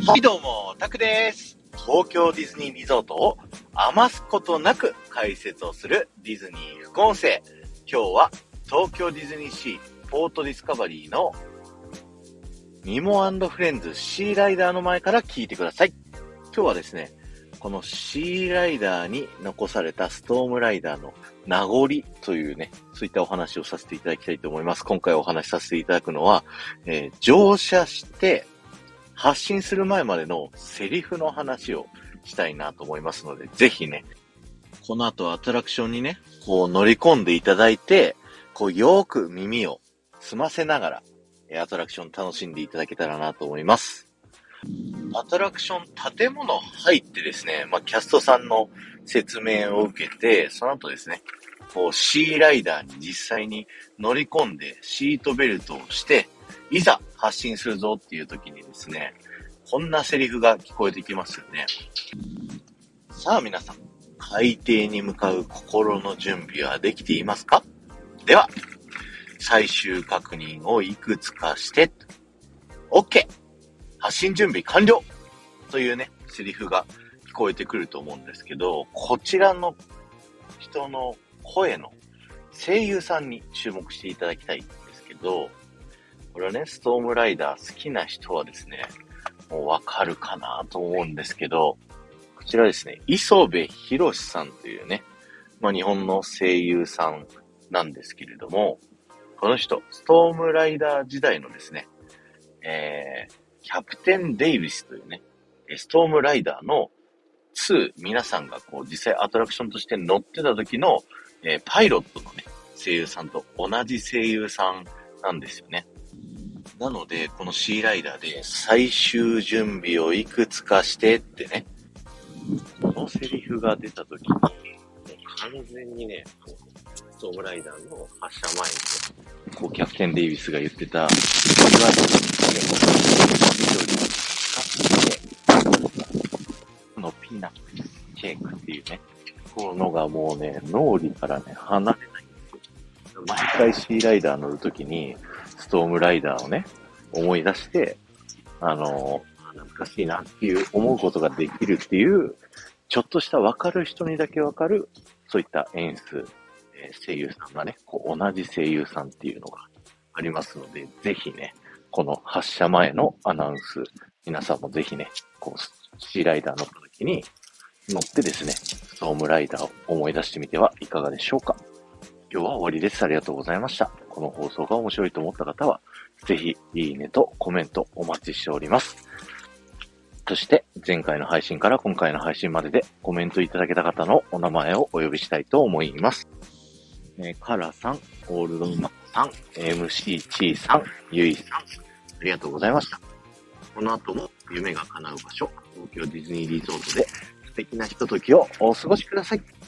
はいどうも、タクです。東京ディズニーリゾートを余すことなく解説をするディズニー副音声。今日は東京ディズニーシーポートディスカバリーのニモ&フレンズシーライダーの前から聞いてください。今日はですね、このシーライダーに残されたストームライダーの名残というね、そういったお話をさせていただきたいと思います。今回お話しさせていただくのは、乗車して発信する前までのセリフの話をしたいなと思いますので、ぜひね、この後アトラクションにね、こう乗り込んでいただいて、こうよーく耳を澄ませながら、アトラクション楽しんでいただけたらなと思います。アトラクション建物入ってですね、キャストさんの説明を受けて、その後ですね、こうシーライダーに実際に乗り込んでシートベルトをして、いざ発進するぞっていう時にですね、こんなセリフが聞こえてきますよね。さあ皆さん、海底に向かう心の準備はできていますか？では、最終確認をいくつかして、OK! 発進準備完了というね、セリフが聞こえてくると思うんですけど、こちらの人の声の声優さんに注目していただきたいんですけど、これはね、ストームライダー好きな人はですね、もうわかるかなと思うんですけど、こちらですね、磯部博さんというね、日本の声優さんなんですけれども、この人、ストームライダー時代のですね、キャプテン・デイビスというね、ストームライダーの2、皆さんがこう実際アトラクションとして乗ってた時の、パイロットのね、声優さんと同じ声優さんなんですよね。なので、このシーライダーで最終準備をいくつかしてってね、このセリフが出た時に、もう完全にね、ストームライダーの発射前にね、こうキャプテン・デイビスが言ってた、このピーナッツシェイクっていうね、このがもうね、脳裏からね、離れないんですよ。毎回シーライダー乗るときに、ストームライダーをね、思い出して、懐かしいなっていう思うことができるっていう、ちょっとした分かる人にだけ分かる、そういった演出、声優さんがね、こう同じ声優さんっていうのがありますので、ぜひね、この発射前のアナウンス、皆さんもぜひね、こう、シーライダー乗った時に乗ってですね、ストームライダーを思い出してみてはいかがでしょうか。今日は終わりです。ありがとうございました。この放送が面白いと思った方は、ぜひ、いいねとコメントお待ちしております。そして、前回の配信から今回の配信まででコメントいただけた方のお名前をお呼びしたいと思います。カラさん、オールドウマンさん、MC チーさん、ゆいさん、ありがとうございました。この後も夢が叶う場所、東京ディズニーリゾートで素敵なひとときをお過ごしください。